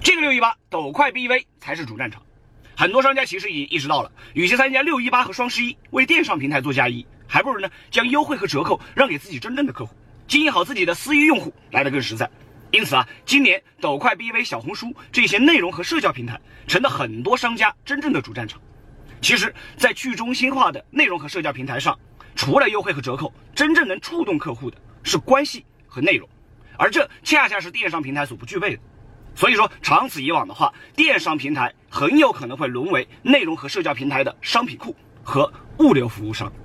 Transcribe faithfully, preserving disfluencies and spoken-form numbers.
这个六一八抖快 B V 才是主战场。很多商家其实已经意识到了，与其参加六一八和双十一为电商平台做嫁衣，还不如呢将优惠和折扣让给自己真正的客户，经营好自己的私域用户来得更实在。因此啊，今年抖快 B V、小红书这些内容和社交平台成了很多商家真正的主战场。其实，在去中心化的内容和社交平台上，除了优惠和折扣，真正能触动客户的是关系和内容，而这恰恰是电商平台所不具备的。所以说，长此以往的话，电商平台很有可能会沦为内容和社交平台的商品库和物流服务商。